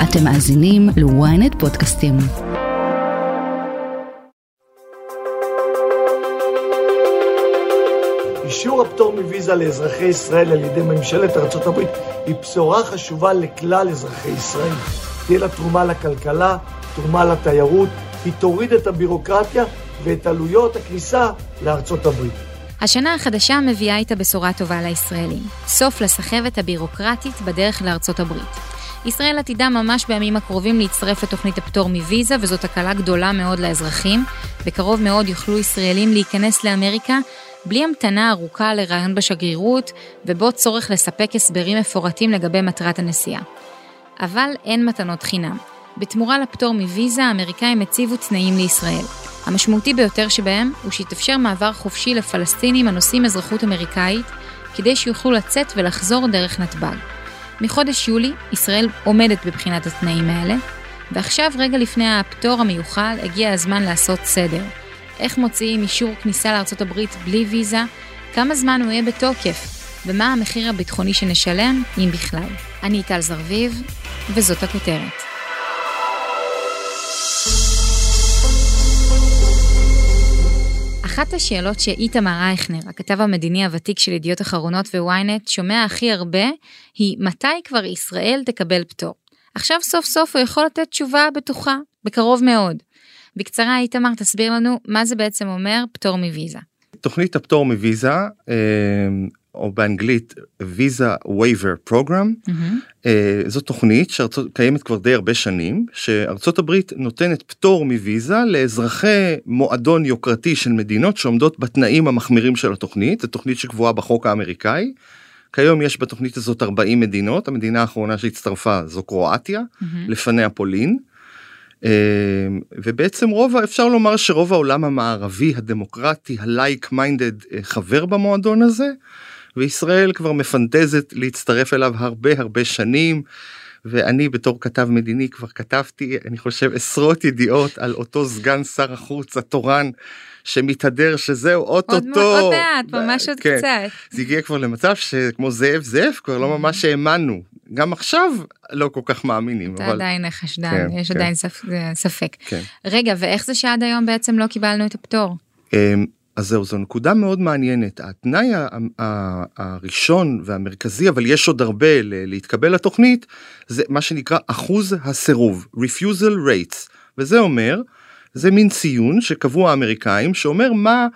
אתם מאזינים ל-ynet פודקאסטים. אישור הפטור מוויזה לאזרחי ישראל על ידי ממשלת ארצות הברית היא בשורה חשובה לכלל אזרחי ישראל. תהיה לה תרומה לכלכלה, תרומה לתיירות, היא תוריד את הבירוקרטיה ואת עלויות הכניסה לארצות הברית. השנה החדשה מביאה איתה בשורה טובה לישראלים. סוף לסחבת הבירוקרטית בדרך לארצות הברית. ישראל עתידה ממש בימים הקרובים להצטרף לתוכנית הפטור מוויזה, וזאת הקלה גדולה מאוד לאזרחים. בקרוב מאוד יוכלו ישראלים להיכנס לאמריקה, בלי המתנה ארוכה לרעיון בשגרירות, ובו צורך לספק הסברים מפורטים לגבי מטרת הנסיעה. אבל אין מתנות חינם. בתמורה לפטור מוויזה, האמריקאים הציבו תנאים לישראל. המשמעותי ביותר שבהם הוא שיתאפשר מעבר חופשי לפלסטינים הנושאים אזרחות אמריקאית, כדי שיוכלו לצאת ולחזור דרך נתב"ג. מחודש יולי, ישראל עומדת בבחינת התנאים האלה, ועכשיו רגע לפני הפטור המיוחל הגיע הזמן לעשות סדר. איך מוציאים אישור כניסה לארצות הברית בלי ויזה, כמה זמן הוא יהיה בתוקף, ומה המחיר הביטחוני שנשלם, אם בכלל. אני טל זרביב, וזאת הכותרת. אחת השאלות שאיתמר רייכנר, הכתב המדיני הוותיק של ידיעות אחרונות וויינט, שומע הכי הרבה, היא מתי כבר ישראל תקבל פטור. עכשיו סוף סוף הוא יכול לתת תשובה בטוחה, בקרוב מאוד. בקצרה, איתמר, תסביר לנו מה זה בעצם אומר פטור מוויזה. תוכנית הפטור מוויזה, או באנגלית Visa Waiver Program, זו תוכנית שקיימת כבר די הרבה שנים, שארצות הברית נותנת פטור מוויזה לאזרחי מועדון יוקרתי של מדינות שעומדות בתנאים המחמירים של התוכנית. זו תוכנית שקבועה בחוק האמריקאי. כיום יש בתוכנית הזאת 40 מדינות, המדינה האחרונה שהצטרפה זו קרואטיה, לפניה פולין. ובעצם אפשר לומר שרוב העולם המערבי הדמוקרטי ה-like minded חבר במועדון הזה, וישראל כבר מפנטזת להצטרף אליו הרבה שנים, ואני בתור כתב מדיני כבר כתבתי, אני חושב, עשרות ידיעות על אותו סגן שר החוץ התורן, שמתהדר שזהו אוטוטו. עוד מעט, ממש עוד קצת. זה הגיע כבר למצב שכמו זאב, כבר לא ממש האמנו. גם עכשיו לא כל כך מאמינים. אתה עדיין חשדן, יש עדיין ספק. רגע, ואיך זה שעד היום בעצם לא קיבלנו את הפטור? אז זו נקודה מאוד מעניינת. התנאי הראשון והמרכזי, אבל יש עוד הרבה להתקבל לתוכנית, זה מה שנקרא אחוז הסירוב, refusal rates, וזה אומר, זה מין ציון שקבעו האמריקאים, שאומר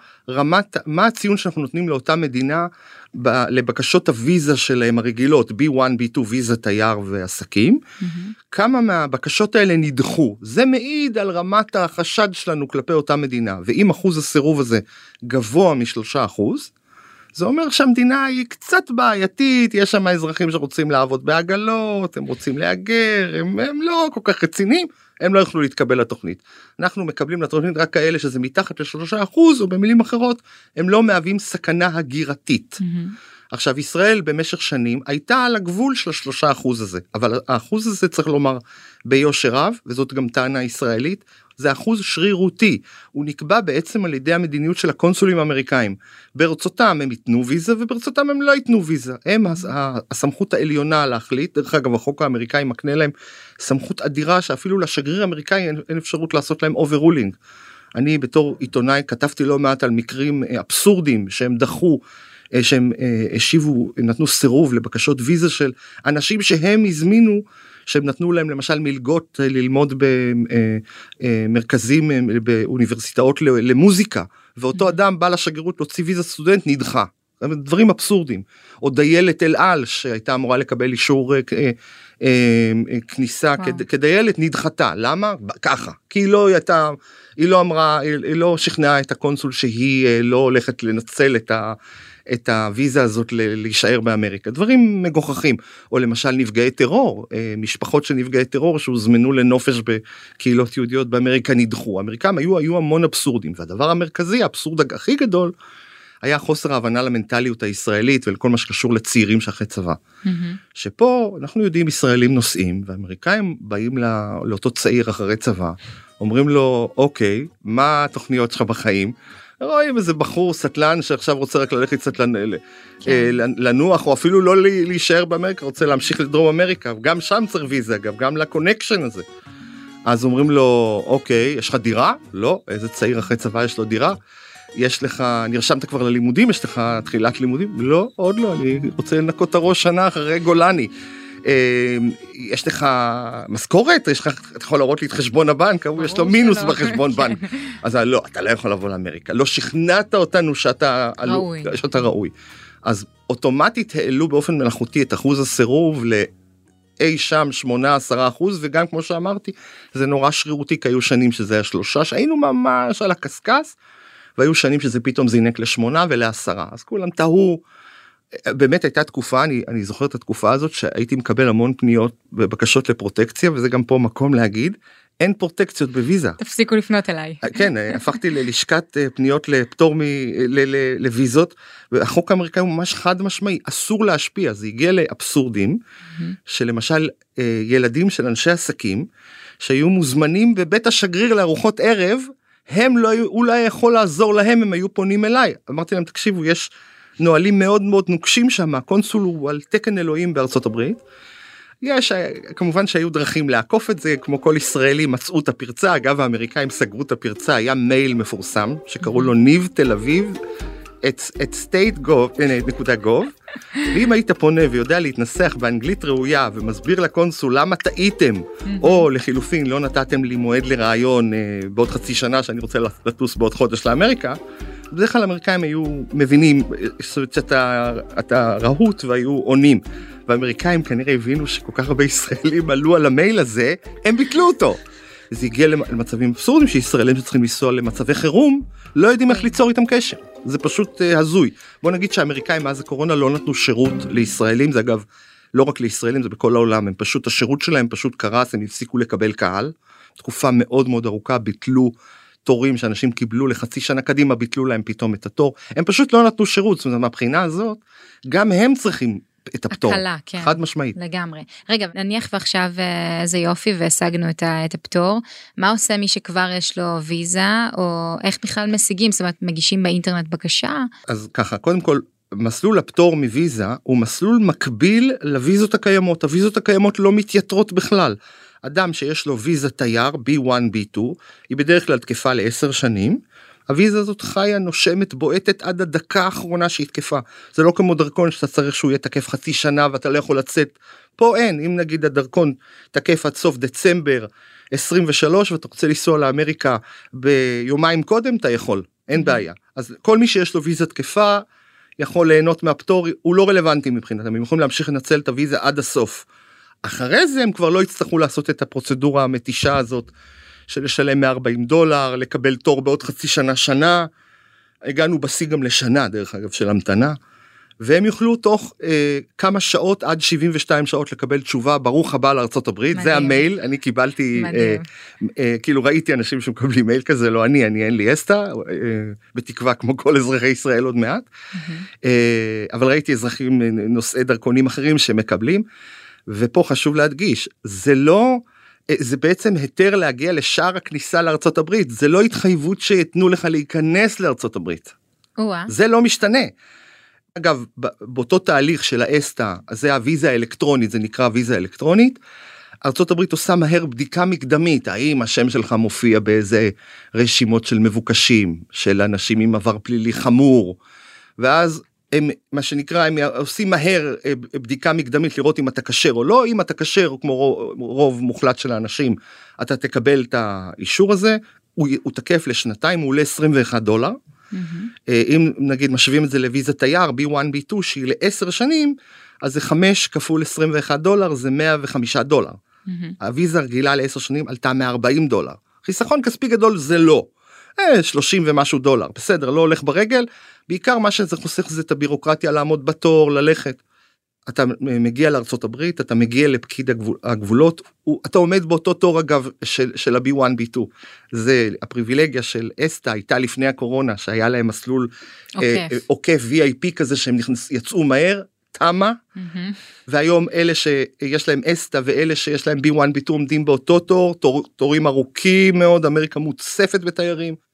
מה הציון שאנחנו נותנים לאותה מדינה, לבקשות הוויזה שלהם הרגילות, B1, B2, ויזה תייר ועסקים, כמה מהבקשות האלה נדחו. זה מעיד על רמת החשד שלנו כלפי אותה מדינה, ואם אחוז הסירוב הזה גבוה מ3%, זה אומר שהמדינה היא קצת בעייתית, יש שם אזרחים שרוצים לעבוד בעגלות, הם רוצים להגר, הם לא כל כך רציניים, הם לא יוכלו להתקבל לתוכנית. אנחנו מקבלים לתוכנית רק כאלה שזה מתחת ל3%, או במילים אחרות, הם לא מהווים סכנה הגירתית. עכשיו, ישראל במשך שנים הייתה על הגבול של 3% הזה, אבל האחוז הזה צריך לומר ביושר רב, וזאת גם טענה ישראלית, זה אחוז שרירותי, הוא נקבע בעצם על ידי המדיניות של הקונסולים האמריקאים, ברצותם הם ייתנו ויזה, וברצותם הם לא ייתנו ויזה, הם הסמכות העליונה להחליט, דרך אגב החוק האמריקאי מקנה להם סמכות אדירה, שאפילו לשגריר האמריקאי אין אפשרות לעשות להם אוברולינג, אני בתור עיתונאי כתבתי לא מעט על מקרים אבסורדים, שהם דחו, שהם השיבו, נתנו סירוב לבקשות ויזה של אנשים שהם הזמינו, שהם נתנו להם למשל מלגות ללמוד במרכזים, באוניברסיטאות למוזיקה, ואותו אדם בא לשגרירות להוציא ויזה סטודנט, נדחה. דברים אבסורדים. או דיילת אל על, שהייתה אמורה לקבל אישור כניסה כדיילת, נדחתה. למה? ככה. כי היא לא שכנעה את הקונסול שהיא לא הולכת לנצל את הוויזה הזאת להישאר באמריקה. דברים מגוחכים. או למשל נפגעי טרור, משפחות של נפגעי טרור שהוזמנו לנופש בקהילות יהודיות באמריקה נדחו. האמריקאים היו המון אבסורדים, והדבר המרכזי, האבסורד הכי גדול, היה חוסר ההבנה למנטליות הישראלית ולכל מה שקשור לצעירים שאחרי צבא. שפה אנחנו יודעים ישראלים נוסעים, והאמריקאים באים לאותו צעיר אחרי צבא, אומרים לו, אוקיי, מה התוכניות שלך בחיים? רואים איזה בחור סטלן שעכשיו רוצה רק ללכת קצת לנוח, או אפילו לא להישאר באמריקה, רוצה להמשיך לדרום אמריקה, גם שם צריך ויזה, אגב, גם לקונקשן הזה. אז אומרים לו, אוקיי, יש לך דירה? לא. איזה צעיר אחרי צבא יש לו דירה? יש לך, נרשמת כבר ללימודים? יש לך תחילת לימודים? לא, עוד לא, אני רוצה לנקות את הראש שנה אחרי גולני. יש לך משכורת? אתה יכול להראות לי את חשבון הבנק? יש לו מינוס בחשבון בנק. אז לא, אתה לא יכול לבוא לאמריקה. לא שכנעת אותנו שאתה ראוי. אז אוטומטית העלו באופן מלאכותי את אחוז הסירוב לאי שם 8-10%, וגם כמו שאמרתי, זה נורא שרירותי, כי היו שנים שזה היה 3, שהיינו ממש על הקסקס, והיו שנים שזה פתאום זינק ל8 ול10. אז כולם תהו, באמת הייתה תקופה, אני זוכר את התקופה הזאת, שהייתי מקבל המון פניות ובקשות לפרוטקציה, וזה גם פה מקום להגיד, אין פרוטקציות בוויזה. תפסיקו לפנות אליי. כן, הפכתי ללשכת פניות לפטור לוויזות, והחוק האמריקאי הוא ממש חד משמעי, אסור להשפיע, זה הגיע לאבסורדים, שלמשל ילדים של אנשי עסקים, שהיו מוזמנים בבית השגריר לארוחות ערב, הם לא היו, אולי יכול לעזור להם, הם היו פונים אליי. אמרתי להם, תקשיבו, יש נועלים מאוד מאוד נוקשים שם, הקונסול הוא על תקן אלוהים בארצות הברית, יש, כמובן שהיו דרכים לעקוף את זה, כמו כל ישראלי מצאו את הפרצה, אגב האמריקאים סגרו את הפרצה, היה מייל מפורסם, שקראו לו ניב תל אביב, את state.gov, ואם היית פונה ויודע להתנסח באנגלית ראויה, ומסביר לקונסול למה טעיתם, או לחילופין לא נתתם לי מועד לרעיון בעוד חצי שנה, שאני רוצה לטוס בעוד חודש לאמריקה, בדרך כלל האמריקאים היו מבינים שאתה רהוט והיו עונים, והאמריקאים כנראה הבינו שכל כך הרבה ישראלים עלו על המייל הזה, הם ביטלו אותו. זה הגיע למצבים אבסורדים שישראלים שצריכים לנסוע למצבי חירום, לא יודעים איך ליצור איתם קשר. זה פשוט הזוי. בוא נגיד שהאמריקאים מאז הקורונה לא נתנו שירות לישראלים, זה אגב לא רק לישראלים, זה בכל העולם, הם פשוט, השירות שלהם פשוט קרס, הם הפסיקו לקבל קהל, תקופה מאוד מאוד ארוכה, ביטלו תורים שאנשים קיבלו לחצי שנה קדימה, ביטלו להם פתאום את התור, הם פשוט לא נתנו שירות, זאת אומרת, מהבחינה הזאת, גם הם צריכים את הפטור, הקלה, כן. חד משמעית. לגמרי. רגע, נניח ועכשיו זה יופי והשגנו את הפטור, מה עושה מי שכבר יש לו ויזה, או איך בכלל משיגים, זאת אומרת, מגישים באינטרנט בקשה? אז ככה, קודם כל, מסלול הפטור מוויזה, הוא מסלול מקביל לוויזות הקיימות, הוויזות הקיימות לא מתייתרות בכלל, אדם שיש לו ויזה תייר, B1, B2, היא בדרך כלל תקפה ל10 שנים, הוויזה הזאת חיה, נושמת, בועטת עד הדקה האחרונה שהיא תקפה. זה לא כמו דרכון שאתה צריך שהוא יהיה תקף חצי שנה ואתה לא יכול לצאת. פה אין, אם נגיד הדרכון תקף עד סוף דצמבר 23 ואתה רוצה לנסוע לאמריקה ביומיים קודם, אתה יכול, אין בעיה. אז כל מי שיש לו ויזה תקפה יכול ליהנות מהפטור, הוא לא רלוונטי מבחינתם, הם יכולים להמשיך לנצל את הוויזה עד הסוף. אחרי זה הם כבר לא יצטרכו לעשות את הפרוצדורה המתישה הזאת, של לשלם $140, לקבל תור בעוד חצי שנה, הגענו בשיא גם לשנה, דרך אגב, של המתנה, והם יוכלו תוך כמה שעות, עד 72 שעות לקבל תשובה, ברוך הבא לארצות הברית, מדהים. זה המייל, אני קיבלתי, כאילו ראיתי אנשים שמקבלים מייל כזה, לא אני אין לי אסטה, בתקווה כמו כל אזרחי ישראל עוד מעט, אבל ראיתי אזרחים נושאי דרכונים אחרים שמקבלים, ופה חשוב להדגיש, זה בעצם היתר להגיע לשער הכניסה לארצות הברית, זה לא התחייבות שיתנו לך להיכנס לארצות הברית. זה לא משתנה. אגב, באותו תהליך של האסטה, זה הוויזה האלקטרונית, זה נקרא ויזה אלקטרונית, ארצות הברית עושה מהר בדיקה מקדמית, האם השם שלך מופיע באיזה רשימות של מבוקשים, של אנשים עם עבר פלילי חמור, ואז הם, מה שנקרא, הם עושים מהר בדיקה מקדמית לראות אם אתה כשר או לא, אם אתה כשר, כמו רוב מוחלט של האנשים, אתה תקבל את האישור הזה, הוא תקף לשנתיים, הוא עולה $21, אם נגיד משווים את זה לוויזה תייר, B1, B2, שהיא ל10 שנים, אז זה 5 כפול $21, זה $105. הוויזה רגילה ל10 שנים עלתה $140. חיסכון כספי גדול זה לא. 30 ומשהו דולר, בסדר, לא הולך ברגל, בעיקר מה שזה חוסך זה את הבירוקרטיה, לעמוד בתור, ללכת. אתה מגיע לארצות הברית, אתה מגיע לפקיד הגבולות, אתה עומד באותו תור אגב של ה-B1, B2, זה הפריבילגיה של אסטה, הייתה לפני הקורונה, שהיה להם מסלול עוקף VIP כזה, שהם יצאו מהר, תמה, והיום אלה שיש להם אסטה, ואלה שיש להם B1, B2 עומדים באותו תור, תורים ארוכים מאוד, אמריקה מוצפת בתיירים,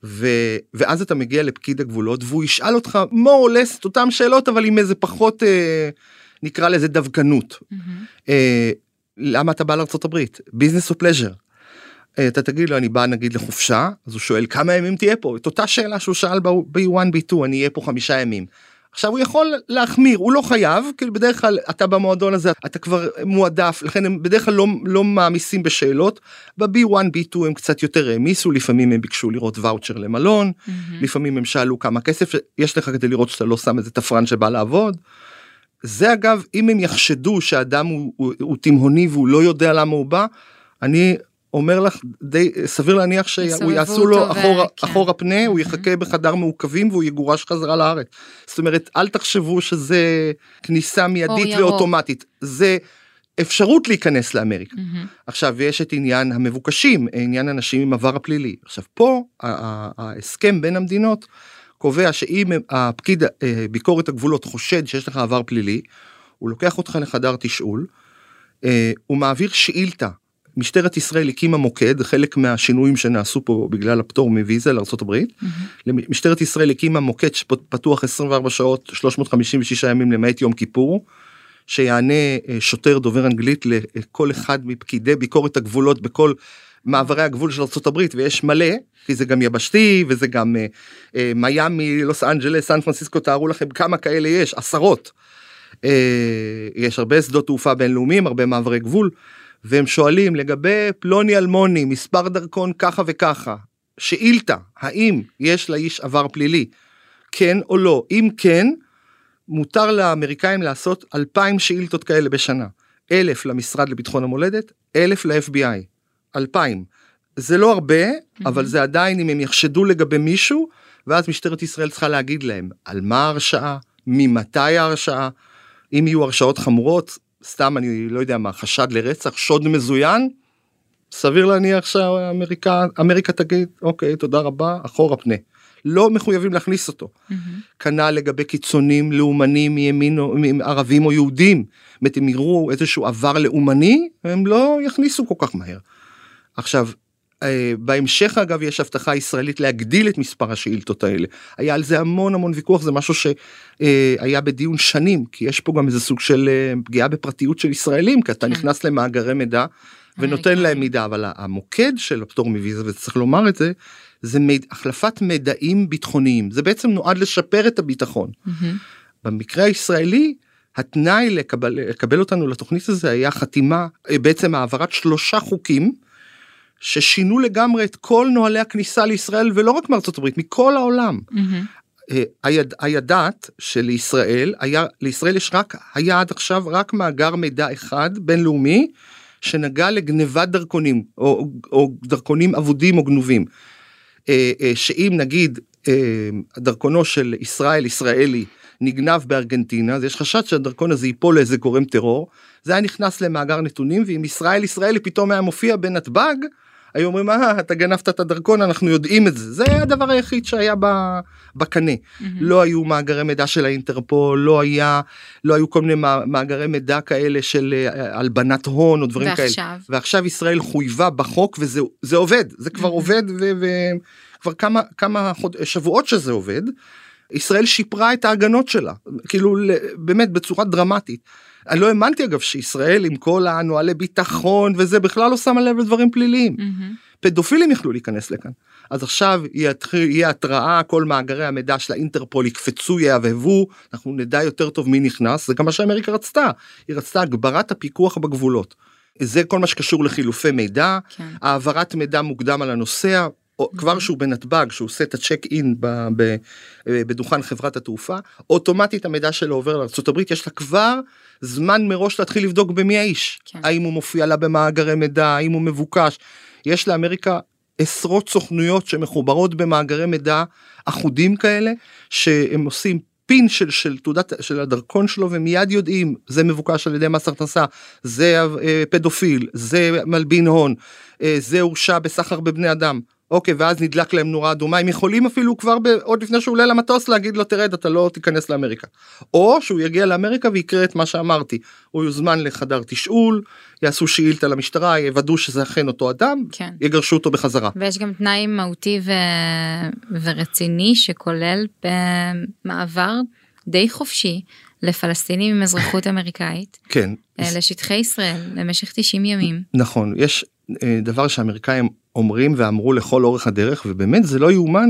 ואז אתה מגיע לפקיד הגבולות, והוא ישאל אותך more or less את אותם שאלות, אבל עם איזה פחות, נקרא לזה דווקנות. למה אתה בא לארצות הברית? business or pleasure? אתה תגיד לו, אני בא נגיד לחופשה, אז הוא שואל כמה ימים תהיה פה, את אותה שאלה שהוא שאל ב-1, B2, אני אהיה פה 5 ימים. עכשיו הוא יכול להחמיר, הוא לא חייב, כאילו בדרך כלל אתה במועדון הזה, אתה כבר מועדף, לכן הם בדרך כלל לא מעמיסים בשאלות, ב-B1, B2 הם קצת יותר העמיסו, לפעמים הם ביקשו לראות ואוצ'ר למלון, לפעמים הם שאלו כמה כסף יש לך כדי לראות שאתה לא שם איזה תפרן שבא לעבוד. זה אגב, אם הם יחשדו שהאדם הוא תימהוני והוא לא יודע למה הוא בא, אני אומר לך, די סביר להניח שהוא יעשו לו אחורה פנה, הוא יחכה בחדר מעוכבים והוא יגורש חזרה לארץ. זאת אומרת, אל תחשבו שזה כניסה מיידית ואוטומטית. זה אפשרות להיכנס לאמריקה. עכשיו, יש את עניין המבוקשים, עניין אנשים עם עבר הפלילי. עכשיו, פה, ההסכם בין המדינות קובע שאם הפקיד ביקורת הגבולות חושד שיש לך עבר פלילי, הוא לוקח אותך לחדר תשאול, הוא מעביר שאילתה, משטרת ישראל הקימה מוקד, חלק מהשינויים שנעשו פה בגלל הפטור מוויזה לארצות הברית, משטרת ישראל הקימה מוקד שפתוח 24 שעות, 356 ימים למעט יום כיפור, שיענה שוטר דובר אנגלית לכל אחד מפקידי ביקורת הגבולות בכל מעברי הגבול של ארצות הברית, ויש מלא, כי זה גם יבשתי, וזה גם מיאמי, לוס אנג'לס, סן פרנסיסקו, תארו לכם כמה כאלה יש, 10. יש הרבה שדות תעופה בינלאומיים, הרבה מעברי גבול, והם שואלים לגבי פלוני אלמוני, מספר דרכון ככה וככה, שאילתה, האם יש לאיש עבר פלילי, כן או לא, אם כן, מותר לאמריקאים לעשות 2,000 שאילתות כאלה בשנה, 1,000 למשרד לביטחון המולדת, 1,000 ל-FBI, 2,000, זה לא הרבה, אבל זה עדיין אם הם יחשדו לגבי מישהו, ואז משטרת ישראל צריכה להגיד להם, על מה ההרשעה, ממתי ההרשעה, אם יהיו הרשעות חמורות, סתם אני לא יודע מה, חשד לרצח, שוד מזוין, סביר להניח שהאמריקה תגיד, אוקיי, תודה רבה, אחורה פנה. לא מחויבים להכניס אותו. כנ"ל לגבי קיצונים, לאומנים, מימין, ערבים או יהודים, אם יראו איזשהו עבר לאומני, הם לא יכניסו כל כך מהר. עכשיו, בהמשך אגב יש הבטחה ישראלית להגדיל את מספר השאילתות האלה, היה על זה המון ויכוח, זה משהו שהיה בדיון שנים, כי יש פה גם איזה סוג של פגיעה בפרטיות של ישראלים, כי אתה נכנס למאגרי מידע ונותן להם מידע, אבל המוקד של הפטור מוויזה, וצריך לומר את זה, זה החלפת מידעים ביטחוניים, זה בעצם נועד לשפר את הביטחון. במקרה הישראלי, התנאי לקבל אותנו לתוכנית הזה היה חתימה, בעצם העברת 3 חוקים, ששינו לגמרי את כל נוהלי הכניסה לישראל, ולא רק מארצות הברית, מכל העולם. הידעת שלישראל, לישראל היה עד עכשיו רק מאגר מידע אחד, בינלאומי, שנגע לגנבת דרכונים, או דרכונים אבודים או גנובים. שאם נגיד, דרכונו של ישראלי, נגנב בארגנטינה, אז יש חשד שהדרכון הזה ייפול לאיזה גורם טרור, זה היה נכנס למאגר נתונים, ואם ישראלי פתאום היה מופיע בנתב"ג, היו אומרים, אתה גנבת את הדרכון, אנחנו יודעים את זה. זה היה הדבר היחיד שהיה בקנה. לא היו מאגרי מידע של האינטרפול, לא היו כל מיני מאגרי מידע כאלה של הלבנת הון או דברים כאלה. ועכשיו ישראל חויבה בחוק, וזה עובד. זה כבר עובד, וכבר כמה שבועות שזה עובד. ישראל שיפרה את ההגנות שלה, כאילו באמת בצורה דרמטית. אני לא האמנתי אגב שישראל עם כל הנוהלי ביטחון וזה בכלל לא שמה לב לדברים פליליים. פדופילים יכלו להיכנס לכאן. אז עכשיו יהיה התראה, כל מאגרי המידע של האינטרפול יקפצו, יעבבו, אנחנו נדע יותר טוב מי נכנס, זה גם מה שאמריקה רצתה. היא רצתה הגברת הפיקוח בגבולות. זה כל מה שקשור לחילופי מידע, העברת מידע מוקדם על הנוסע, כבר שהוא בנתב"ג, שהוא עושה את הצ'ק אין בדוכן חברת התעופה, אוטומטית המידע שלו עובר לארצות הברית, יש לה כבר זמן מראש להתחיל לבדוק במי האיש, האם הוא מופיע לה במאגרי מידע, האם הוא מבוקש, יש לאמריקה עשרות סוכנויות שמחוברות במאגרי מידע אחודים כאלה, שהם עושים פין של הדרכון שלו, ומיד יודעים, זה מבוקש על ידי מס הכנסה, זה פדופיל, זה מלבין הון, זה הורשע בסחר בבני אדם, אוקיי, ואז נדלק להם נורה אדומה, הם יכולים אפילו כבר עוד לפני שהוא עולה למטוס להגיד לו, תרד, אתה לא תיכנס לאמריקה. או שהוא יגיע לאמריקה ויקרא את מה שאמרתי. הוא יוזמן לחדר תשאול, יעשו שאילתה למשטרה, יוודאו שזה אכן אותו אדם, כן. יגרשו אותו בחזרה. ויש גם תנאי מהותי ורציני שכולל במעבר די חופשי לפלסטינים עם אזרחות אמריקאית. כן. לשטחי ישראל, למשך 90 ימים. נכון, יש דבר שהאמריקאים אומרים ואמרו לכל אורך הדרך, ובאמת זה לא יאומן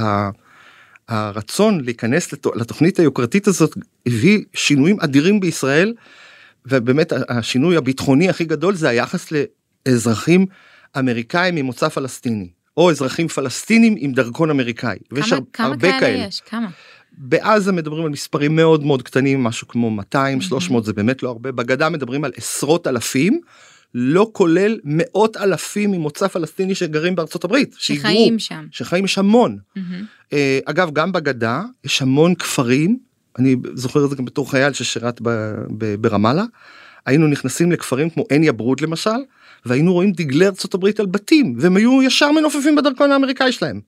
שהרצון להיכנס לתוכנית היוקרתית הזאת הביא שינויים אדירים בישראל, ובאמת השינוי הביטחוני הכי גדול זה היחס לאזרחים אמריקאים ממוצא פלסטיני, או אזרחים פלסטינים עם דרכון אמריקאי. ויש הרבה כאלה. יש? כמה? בעזה מדברים על מספרים מאוד מאוד קטנים, משהו כמו 200, 300, זה באמת לא הרבה. בגדה מדברים על עשרות אלפים, לא כולל מאות אלפים ממוצא פלסטיני שגרים בארצות הברית. שחיים שם. שחיים יש המון. אגב, גם בגדה יש המון כפרים, אני זוכר את זה גם בתור חייל ששירת ברמאללה, היינו נכנסים לכפרים כמו עין יברוד למשל, והיינו רואים דגלי ארצות הברית על בתים, והם היו ישר מנופפים בדרכון האמריקאי שלהם.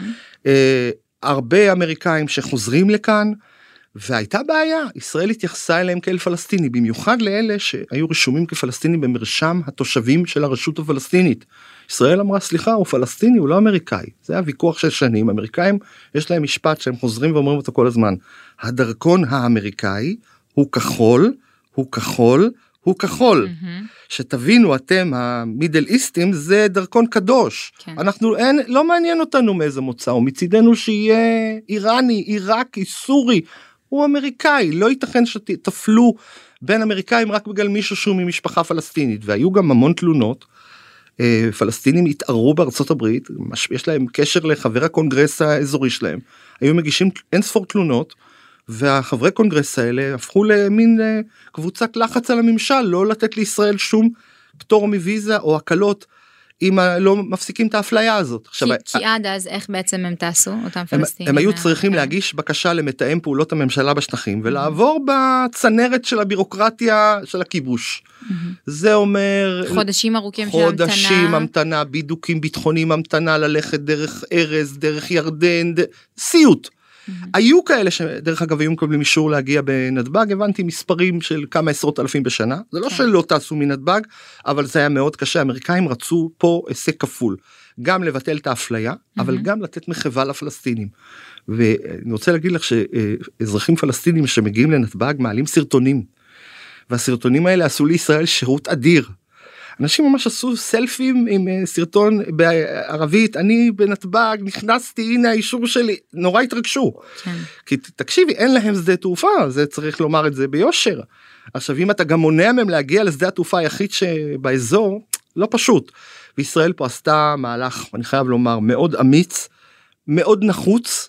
הרבה אמריקאים שחוזרים לכאן, והייתה בעיה, ישראל התייחסה אליהם כאל פלסטיני, במיוחד לאלה שהיו רשומים כפלסטינים במרשם התושבים של הרשות הפלסטינית. ישראל אמרה, סליחה, הוא פלסטיני, הוא לא אמריקאי. זה היה ויכוח של שנים, אמריקאים יש להם משפט שהם חוזרים ואומרים אותו כל הזמן, הדרכון האמריקאי הוא כחול, הוא כחול, הוא כחול. שתבינו אתם, המידל איסטים, זה דרכון קדוש. כן. אנחנו, לא מעניין אותנו מאיזה מוצא, הוא מצידנו שיהיה איראני, עיראקי, סורי, הוא אמריקאי, לא ייתכן שתפלו בין אמריקאים רק בגלל מישהו שהוא ממשפחה פלסטינית, והיו גם המון תלונות, פלסטינים התערו בארצות הברית, יש להם קשר לחבר הקונגרס האזורי שלהם, היו מגישים אין ספור תלונות, והחברי קונגרס האלה הפכו למין קבוצת לחץ על הממשל, לא לתת לישראל שום פטור מוויזה או הקלות, אם לא מפסיקים את האפליה הזאת. כי עד אז איך בעצם הם תעשו, אותם פלסטינים? הם היו צריכים להגיש בקשה למתאם פעולות הממשלה בשטחים, ולעבור בצנרת של הבירוקרטיה של הכיבוש. זה אומר... חודשים ארוכים של המתנה. חודשים המתנה, בידוקים ביטחוניים המתנה, ללכת דרך ארז, דרך ירדן, סיוט. היו כאלה שדרך אגב היו מקבלים אישור להגיע בנתב"ג, הבנתי מספרים של כמה עשרות אלפים בשנה, זה לא שלא טסו מנתב"ג, אבל זה היה מאוד קשה, האמריקאים רצו פה הישג כפול, גם לבטל את האפליה, אבל גם לתת מחווה לפלסטינים, ואני רוצה להגיד לך שאזרחים פלסטינים שמגיעים לנתב"ג מעלים סרטונים, והסרטונים האלה עשו לישראל שירות אדיר, אנשים ממש עשו סלפים עם סרטון בערבית, אני בנתב"ג, נכנסתי, הנה האישור שלי, נורא התרגשו. כן. כי תקשיבי, אין להם שדה תעופה, זה צריך לומר את זה ביושר. עכשיו, אם אתה גם מונע מהם להגיע לשדה התעופה היחיד שבאזור, לא פשוט. וישראל פה עשתה מהלך, אני חייב לומר, מאוד אמיץ, מאוד נחוץ,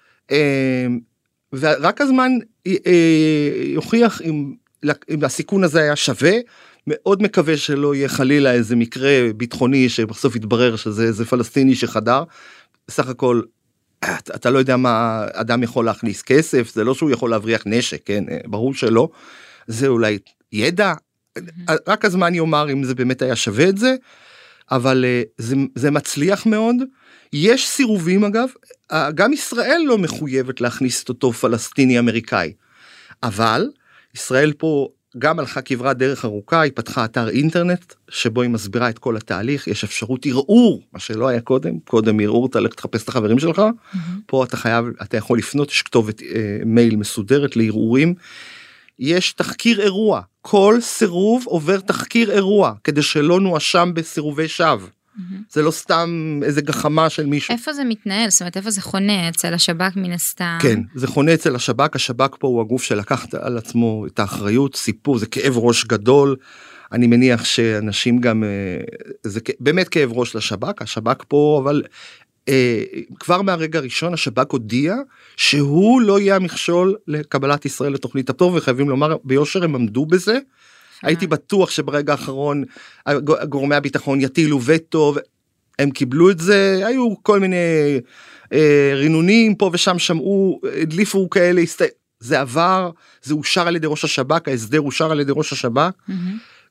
ורק הזמן יוכיח אם הסיכון הזה היה שווה, מאוד מקווה שלא יהיה חלילה איזה מקרה ביטחוני שבסוף יתברר שזה איזה פלסטיני שחדר, בסך הכל אתה לא יודע מה אדם יכול להכניס כסף, זה לא שהוא יכול להבריח נשק, כן? ברור שלא, זה אולי ידע, רק הזמן יאמר אם זה באמת היה שווה את זה, אבל זה מצליח מאוד, יש סירובים אגב, גם ישראל לא מחויבת להכניס את אותו פלסטיני אמריקאי, אבל ישראל פה גם הלכה כברת דרך ארוכה, היא פתחה אתר אינטרנט, שבו היא מסבירה את כל התהליך, יש אפשרות ערעור, מה שלא היה קודם ערעור, אתה הולך לחפש את החברים שלך, פה אתה יכול לפנות, יש כתובת מייל מסודרת לערעורים, יש תחקיר אירוע, כל סירוב עובר תחקיר אירוע, כדי שלא נואשם בסירובי שווא, זה לא סתם איזה גחמה של מישהו. איפה זה מתנהל? זאת אומרת, איפה זה חונה? אצל השב"כ מן הסתם? כן, זה חונה אצל השב"כ, השב"כ פה הוא הגוף שלקח על עצמו את האחריות, סיפור, זה כאב ראש גדול, אני מניח שאנשים גם, זה באמת כאב ראש לשב"כ, השב"כ פה, אבל כבר מהרגע הראשון השב"כ הודיע שהוא לא יהיה המכשול לקבלת ישראל לתוכנית הפטור, וחייבים לומר ביושר הם עמדו בזה, הייתי בטוח שברגע האחרון גורמי הביטחון יטילו וטו, הם קיבלו את זה, היו כל מיני רינונים פה ושם שמעו, הדליפו כאלה, זה עבר, זה אושר על ידי ראש השב"כ, ההסדר אושר על ידי ראש השב"כ,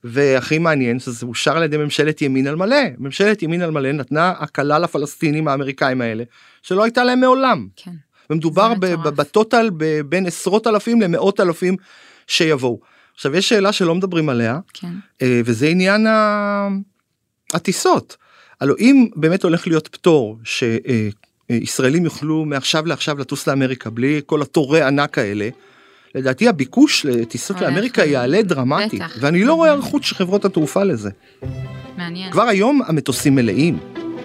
והכי מעניין שזה אושר על ידי ממשלת ימין על מלא. ממשלת ימין על מלא נתנה הקלה לפלסטינים האמריקאים האלה, שלא הייתה להם מעולם. כן. ומדובר בטוטל בין עשרות אלפים למאות אלפים שיבואו. עכשיו יש שאלה שלא מדברים עליה, כן. וזה עניין הטיסות. הלוא אם באמת הולך להיות פטור שישראלים יוכלו מעכשיו לעכשיו לטוס לאמריקה בלי כל התורי ענק האלה, לדעתי הביקוש לטיסות לאמריקה יעלה דרמטית, ואני לא רואה ערכות של חברות התעופה לזה. מעניין. כבר היום המטוסים מלאים.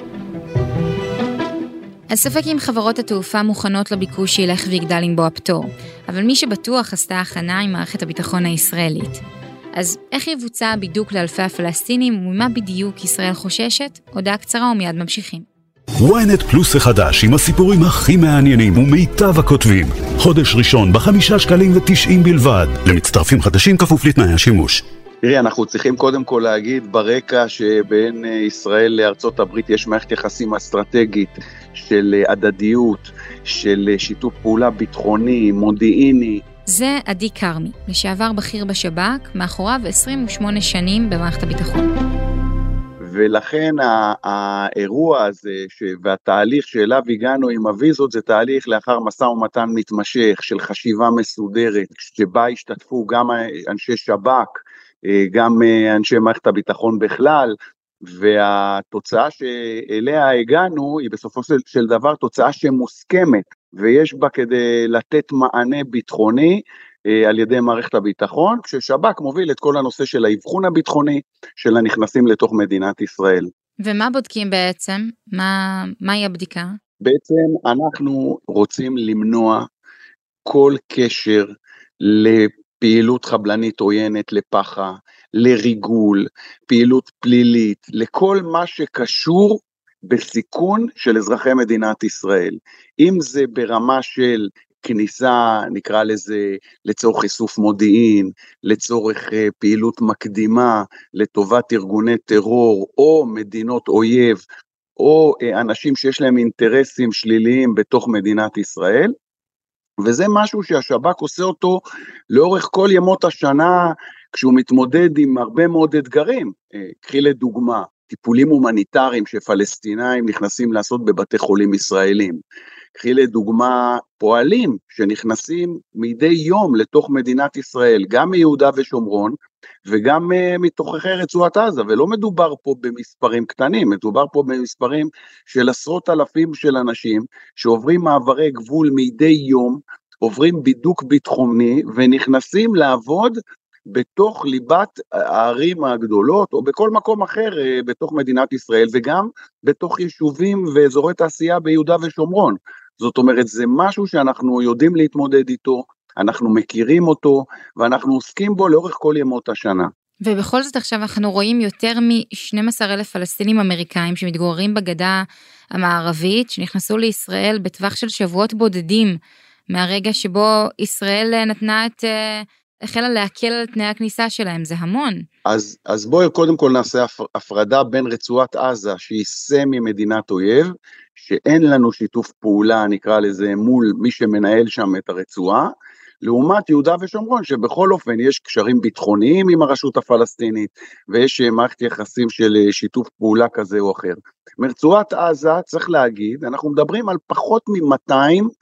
אז ספק אם חברות התעופה מוכנות לביקוש שילך ויגדל עם בו הפטור, אבל מי שבטוח עשתה הכנה עם מערכת הביטחון הישראלית. אז איך יבוצע הבידוק לאלפי הפלסטינים ומה בדיוק ישראל חוששת? הודעה קצרה ומיד ממשיכים. ynet פלוס החדש עם הסיפורים הכי מעניינים ומיטב הכותבים. חודש ראשון ב5.90 שקלים בלבד. למצטרפים חדשים כפוף לתנאי השימוש. תראי, אנחנו צריכים קודם כל להגיד ברקע שבין ישראל לארצות הברית יש מערכת יחסים אסטרטגית של הדדיות, של שיתוף פעולה ביטחוני, מודיעיני. זה עדי קרמי, לשעבר בכיר בשב"כ, מאחוריו 28 שנים במערכת הביטחון. ולכן האירוע הזה והתהליך שאליו הגענו עם הוויזות זה תהליך לאחר משא ומתן מתמשך של חשיבה מסודרת, שבה השתתפו גם אנשי שב"כ, גם אנשי מערכת הביטחון בכלל, והתוצאה שאליה הגענו היא בסופו של דבר תוצאה שמוסכמת, ויש בה כדי לתת מענה ביטחוני על ידי מערכת הביטחון, כששב"כ מוביל את כל הנושא של האבחון הביטחוני של הנכנסים לתוך מדינת ישראל. ומה בודקים בעצם? מהי הבדיקה? בעצם אנחנו רוצים למנוע כל קשר לפעילות חבלנית עוינת, לפחה, לריגול, פעילות פלילית, לכל מה שקשור בסיכון של אזרחי מדינת ישראל. אם זה ברמה של כניסה, נקרא לזה, לצורך איסוף מודיעין, לצורך פעילות מקדימה, לטובת ארגוני טרור, או מדינות אויב, או אנשים שיש להם אינטרסים שליליים בתוך מדינת ישראל, וזה משהו שהשב"כ עושה אותו לאורך כל ימות השנה, כשהוא מתמודד עם הרבה מאוד אתגרים. קחי לדוגמה, טיפולים הומניטריים שפלסטינאים נכנסים לעשות בבתי חולים ישראלים. קחי לדוגמה פועלים שנכנסים מדי יום לתוך מדינת ישראל, גם מיהודה ושומרון, וגם מתוככי רצועת עזה, ולא מדובר פה במספרים קטנים, מדובר פה במספרים של עשרות אלפים של אנשים, שעוברים מעברי גבול מדי יום, עוברים בידוק ביטחוני, ונכנסים לעבוד בתוך ליבת הערים הגדולות, או בכל מקום אחר בתוך מדינת ישראל, וגם בתוך יישובים ואזורי תעשייה ביהודה ושומרון. זאת אומרת, זה משהו שאנחנו יודעים להתמודד איתו, אנחנו מכירים אותו, ואנחנו עוסקים בו לאורך כל ימות השנה. ובכל זאת עכשיו אנחנו רואים יותר מ-12,000 פלסטינים אמריקאים שמתגוררים בגדה המערבית, שנכנסו לישראל בטווח של שבועות בודדים, מהרגע שבו ישראל נתנה החלה להקל על תנאי הכניסה שלהם, זה המון. אז בואו קודם כל נעשה הפרדה בין רצועת עזה, שהיא סמי מדינת אויב, שאין לנו שיתוף פעולה, נקרא לזה, מול מי שמנהל שם את הרצועה, לעומת יהודה ושומרון, שבכל אופן יש קשרים ביטחוניים עם הרשות הפלסטינית, ויש מערכת יחסים של שיתוף פעולה כזה או אחר. מרצועת עזה, צריך להגיד, אנחנו מדברים על פחות מ-200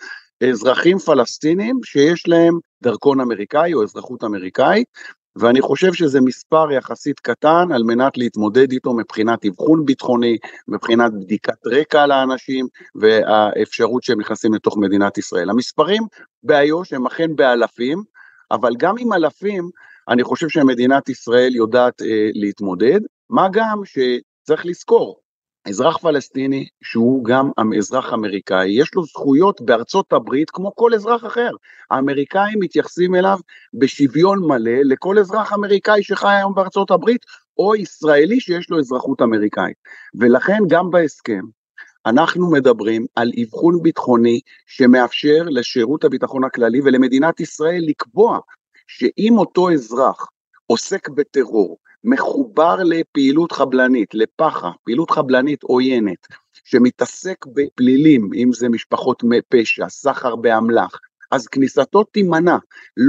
אזרחים פלסטינים שיש להם דרכון אמריקאי או אזרחות אמריקאית, ואני חושב שזה מספר יחסית קטן על מנת להתמודד איתו מבחינת אבחון ביטחוני, מבחינת בדיקת רקע לאנשים והאפשרות שהם נכנסים לתוך מדינת ישראל. המספרים באיו"ש הם אכן באלפים, אבל גם עם אלפים אני חושב שמדינת ישראל יודעת להתמודד, מה גם שצריך לזכור, אזרח פלסטיני שהוא גם אזרח אמריקאי, יש לו זכויות בארצות הברית כמו כל אזרח אחר. האמריקאים מתייחסים אליו בשוויון מלא לכל אזרח אמריקאי שחי היום בארצות הברית, או ישראלי שיש לו אזרחות אמריקאית. ולכן גם בהסכם אנחנו מדברים על אבחון ביטחוני שמאפשר לשירות הביטחון הכללי ולמדינת ישראל לקבוע שאם אותו אזרח עוסק בטרור, מחובר לפעילות חבלנית, לפחה, פעילות חבלנית עוינת, שמתעסק בפלילים, אם זה משפחות פשע, סחר באמל"ח, אז כניסתו תימנע,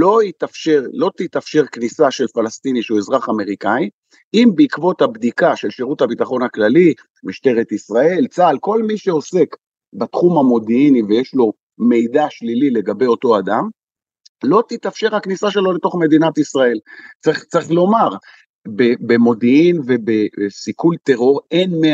לא תתאפשר כניסה של פלסטיני שהוא אזרח אמריקאי, אם בעקבות הבדיקה של שירות הביטחון הכללי, משטרת ישראל, צה"ל, כל מי שעוסק בתחום המודיעיני ויש לו מידע שלילי לגבי אותו אדם, לא תתאפשר הכניסה שלו לתוך מדינת ישראל. צריך לומר, במודיעין ובסיכול טרור אין 100%,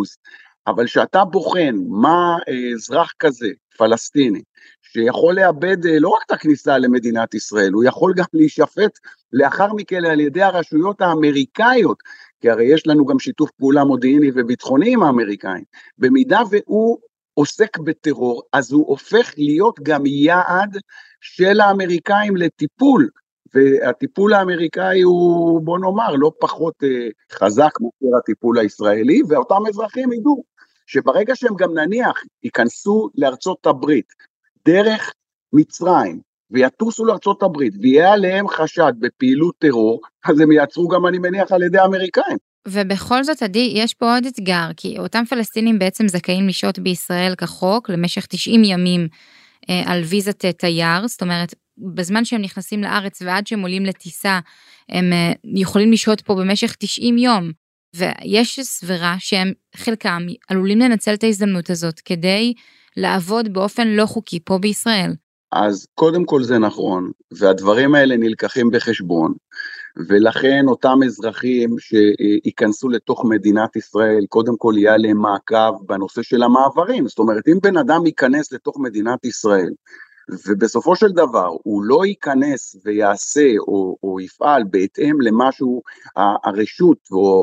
אבל שאתה בוחן מה אזרח כזה, פלסטיני, שיכול לאבד לא רק את הכניסה למדינת ישראל, הוא יכול גם להישפט לאחר מכן על ידי הרשויות האמריקאיות, כי הרי יש לנו גם שיתוף פעולה מודיעיני וביטחוני עם האמריקאים, במידה והוא עוסק בטרור, אז הוא הופך להיות גם יעד של האמריקאים לטיפול, והטיפול האמריקאי הוא, בוא נאמר, לא פחות חזק מאשר הטיפול הישראלי, ואותם אזרחים ידעו שברגע שהם גם נניח ייכנסו לארצות הברית, דרך מצרים, ויטוסו לארצות הברית, ויהיה עליהם חשד בפעילות טרור, אז הם יעצרו גם, אני מניח, על ידי האמריקאים. ובכל זאת, עדי, יש פה עוד אתגר, כי אותם פלסטינים בעצם זכאים לשהות בישראל כחוק, למשך 90 ימים על ויזת תייר, זאת אומרת, בזמן שהם נכנסים לארץ ועד שהם עולים לטיסה, הם יכולים לשהות פה במשך 90 יום, ויש סברה שהם חלקם עלולים לנצל את ההזדמנות הזאת, כדי לעבוד באופן לא חוקי פה בישראל. אז קודם כל זה נכון, והדברים האלה נלקחים בחשבון, ולכן אותם אזרחים שיכנסו לתוך מדינת ישראל, קודם כל יהיה להם מעקב בנושא של המעברים, זאת אומרת, אם בן אדם ייכנס לתוך מדינת ישראל, ובסופו של דבר הוא לא ייכנס ויעשה או יפעל בהתאם למשהו, הרשות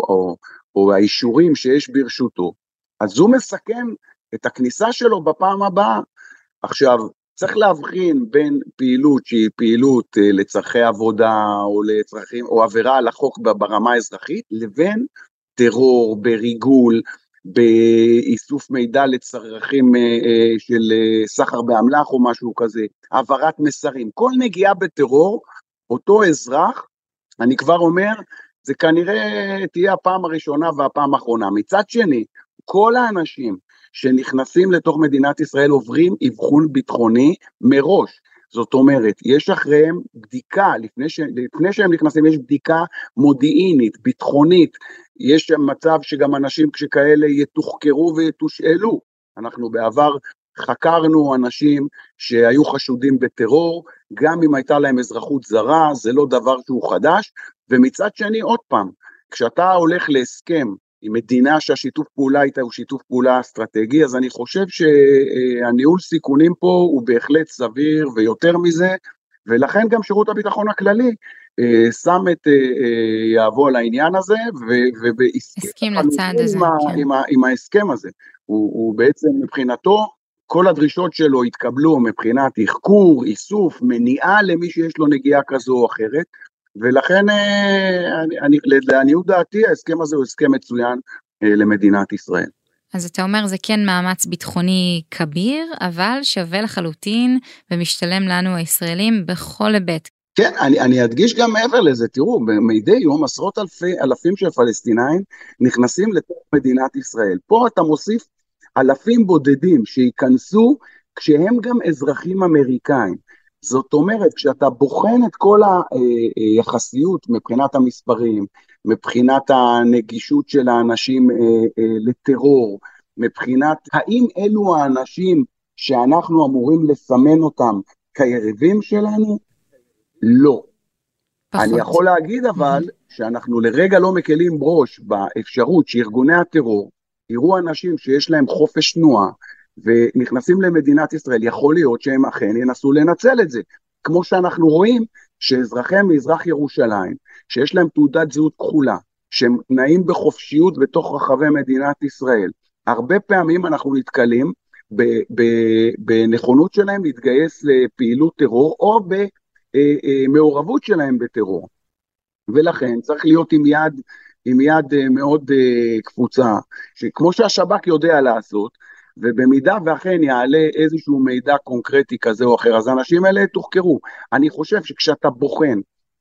או האישורים שיש ברשותו, אז הוא מסכן את הכניסה שלו בפעם הבאה. עכשיו, צריך להבחין בין פעילות שהיא פעילות לצרכי עבודה או לצרכים או עבירה על החוק ברמה האזרחית, לבין טרור, בריגול, באיסוף מידע לצרכים של סחר באמל"ח או משהו כזה, העברת מסרים, כל נגיעה בטרור, אותו אזרח, אני כבר אומר, זה כנראה תהיה הפעם הראשונה והפעם האחרונה. מצד שני, כל האנשים שנכנסים לתוך מדינת ישראל עוברים אבחון ביטחוני מראש, זאת אומרת, יש אחריהם בדיקה, לפני שהם נכנסים יש בדיקה מודיעינית, ביטחונית, יש מצב שגם אנשים כשכאלה יתוחקרו ויתושאלו, אנחנו בעבר חקרנו אנשים שהיו חשודים בטרור, גם אם הייתה להם אזרחות זרה, זה לא דבר שהוא חדש, ומצד שני עוד פעם, כשאתה הולך להסכם, עם מדינה שהשיתוף פעולה איתה הוא שיתוף פעולה אסטרטגי, אז אני חושב שהניהול סיכונים פה הוא בהחלט סביר ויותר מזה, ולכן גם שירות הביטחון הכללי שם את יעבו על העניין הזה, הסכים לצד הזה. עם ההסכם הזה, הוא בעצם מבחינתו, כל הדרישות שלו התקבלו מבחינת תחקור, איסוף, מניעה למי שיש לו נגיעה כזו או אחרת, ולכן לעניות דעתי ההסכם הזה הוא הסכם מצוין למדינת ישראל. אז אתה אומר זה כן מאמץ ביטחוני כביר, אבל שווה לחלוטין ומשתלם לנו הישראלים בכל היבט. כן, אני אדגיש גם מעבר לזה, תראו, מדי יום עשרות אלפים של פלסטינאים נכנסים לתוך מדינת ישראל. פה אתה מוסיף אלפים בודדים שיכנסו כשהם גם אזרחים אמריקאים. זאת אומרת, כשאתה בוחן את כל היחסיות מבחינת המספרים, מבחינת הנגישות של האנשים לטרור, מבחינת האם אלו האנשים שאנחנו אמורים לסמן אותם כיריבים שלנו? לא. פחות. אני יכול להגיד אבל שאנחנו לרגע לא מקלים בראש באפשרות שארגוני הטרור יראו אנשים שיש להם חופש תנועה, ונכנסים למדינת ישראל, יכול להיות שהם אכן ינסו לנצל את זה, כמו שאנחנו רואים שאזרחי מזרח ירושלים, שיש להם תעודת זהות כחולה, שהם נעים בחופשיות בתוך רחבי מדינת ישראל, הרבה פעמים אנחנו נתקלים בנכונות שלהם להתגייס לפעילות טרור, או במעורבות שלהם בטרור, ולכן צריך להיות עם יד מאוד קפוצה, שכמו שהשב"כ יודע לעשות, ובמידה ואכן יעלה איזשהו מידע קונקרטי כזה או אחר, אז האנשים האלה תוחקרו. אני חושב שכשאתה בוחן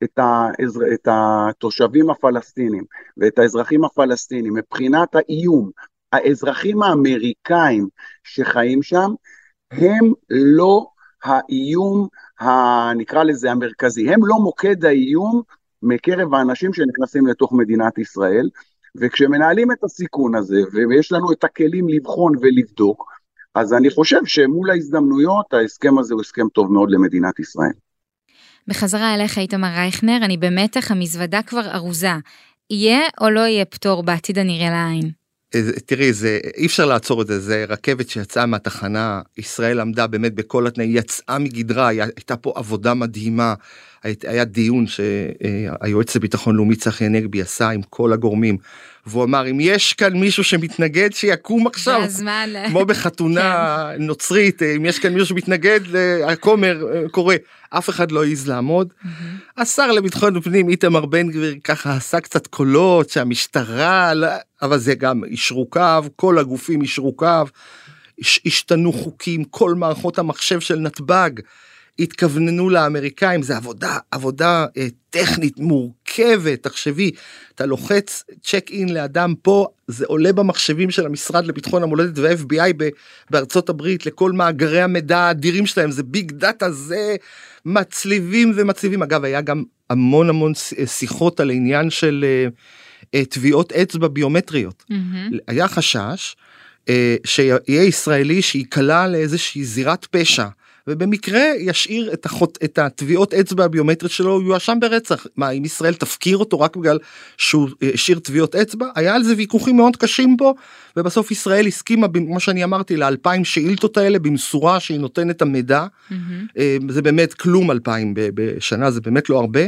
את התושבים הפלסטינים ואת האזרחים הפלסטינים, מבחינת האיום, האזרחים האמריקאים שחיים שם, הם לא האיום, נקרא לזה המרכזי, הם לא מוקד האיום מקרב האנשים שנכנסים לתוך מדינת ישראל, וכשמנהלים את הסיכון הזה, ויש לנו את הכלים לבחון ולבדוק, אז אני חושב שמול ההזדמנויות, ההסכם הזה הוא הסכם טוב מאוד למדינת ישראל. בחזרה אליך איתמר רייכנר, אני במתח, המזוודה כבר ארוזה. יהיה או לא יהיה פטור בעתיד הנראה לעין? תראי, אי אפשר לעצור את זה, זה רכבת שיצאה מהתחנה, ישראל עמדה באמת בכל התנאים, יצאה מגדרה, הייתה פה עבודה מדהימה, היה דיון שהיועץ לביטחון לאומי צחי הנגבי עשה עם כל הגורמים, והוא אמר, אם יש כאן מישהו שמתנגד, שיקום עכשיו, כמו בחתונה נוצרית, אם יש כאן מישהו שמתנגד, הכומר קורא, אף אחד לא העז לעמוד. השר לביטחון הפנים, איתמר בן גביר, ככה עשה קצת קולות, שהמשטרה, אבל זה גם ישרו קו, כל הגופים ישרו קו, השתנו חוקים, כל מערכות המחשב של נתב"ג, התכווננו לאמריקאים, זה עבודה טכנית מורכבת, תחשבי, אתה לוחץ צ'ק אין לאדם פה, זה עולה במחשבים של המשרד לביטחון המולדת וה-FBI בארצות הברית, לכל מאגרי המידע האדירים שלהם, זה ביג דאטה, זה מצליבים ומצליבים, אגב היה גם המון שיחות על העניין של תביעות אצבע ביומטריות, היה חשש שיהיה ישראלי שיקלה לאיזושהי זירת פשע, ובמקרה ישאיר את התביעות אצבע הביומטרית שלו, הוא יואשם ברצח. מה, אם ישראל תפקיר אותו רק בגלל שהוא השאיר תביעות אצבע? היה על זה ויכוחים מאוד קשים פה, ובסוף ישראל הסכימה, כמו שאני אמרתי, ל-2,000 שאילתות האלה, במשורה שהיא נותנת המידע, זה באמת כלום 2,000 בשנה, זה באמת לא הרבה,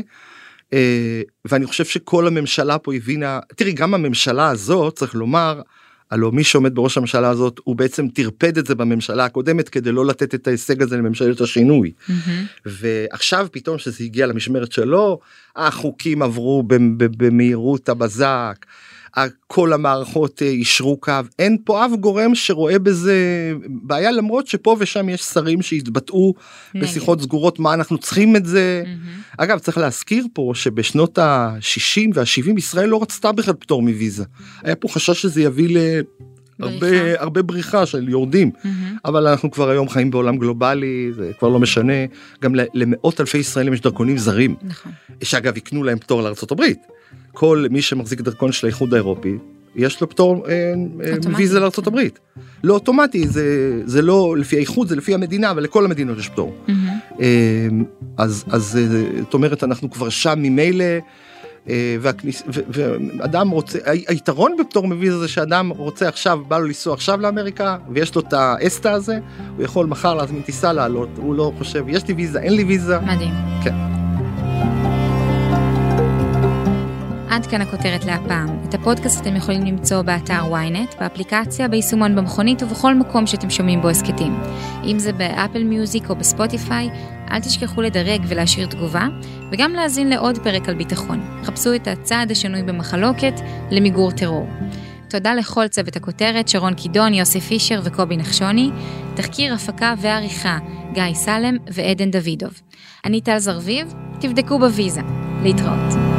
ואני חושב שכל הממשלה פה הבינה, תראי, גם הממשלה הזאת, צריך לומר, הלוא מי שעומד בראש הממשלה הזאת, הוא בעצם תרפד את זה בממשלה הקודמת, כדי לא לתת את ההישג הזה לממשלת השינוי. ועכשיו פתאום שזה הגיע למשמרת שלו, החוקים עברו במהירות הבזק, כל המערכות ישרו קו, אין פה אף גורם שרואה בזה בעיה, למרות שפה ושם יש שרים שהתבטאו בשיחות סגורות, מה אנחנו צריכים את זה. אגב, צריך להזכיר פה שבשנות ה-60 וה-70 ישראל לא רצתה בכלל פטור מוויזה. היה פה חשש שזה יביא הרבה בריחה של יורדים, אבל אנחנו כבר היום חיים בעולם גלובלי, זה כבר לא משנה, גם למאות אלפי ישראלים יש דרכונים זרים, שאגב יקנו להם פטור לארצות הברית. כל מי שמחזיק דרכון של האיחוד האירופי, יש לו פטור ויזה לארצות הברית. לא אוטומטי, זה לא לפי האיחוד, זה לפי המדינה, אבל לכל המדינות יש פטור. אז זאת אומרת, אנחנו כבר שם ממילא, ואדם רוצה, היתרון בפטור מוויזה זה שאדם רוצה עכשיו, בא לו לנסוע עכשיו לאמריקה, ויש לו את האסטה הזה, הוא יכול מחר להזמין טיסה לעלות, הוא לא חושב, יש לי ויזה, אין לי ויזה. מדהים. כן. עד כאן הכותרת להפעם. את הפודקאסט אתם יכולים למצוא באתר ynet, באפליקציה, ביישומון במכונית ובכל מקום שאתם שומעים בו הסקטים. אם זה באפל מיוזיק או בספוטיפיי, אל תשכחו לדרג ולהשאיר תגובה, וגם להזין לעוד פרק על ביטחון. חפשו את הצעד השנוי במחלוקת למיגור טרור. תודה לכל צוות הכותרת, שרון קידון, יוסי פישר וקובי נחשוני, תחקיר, הפקה ועריכה, גיא סלם ועדן דוידוב. אני טל זרביב, תבדקו בוויזה. להתראות.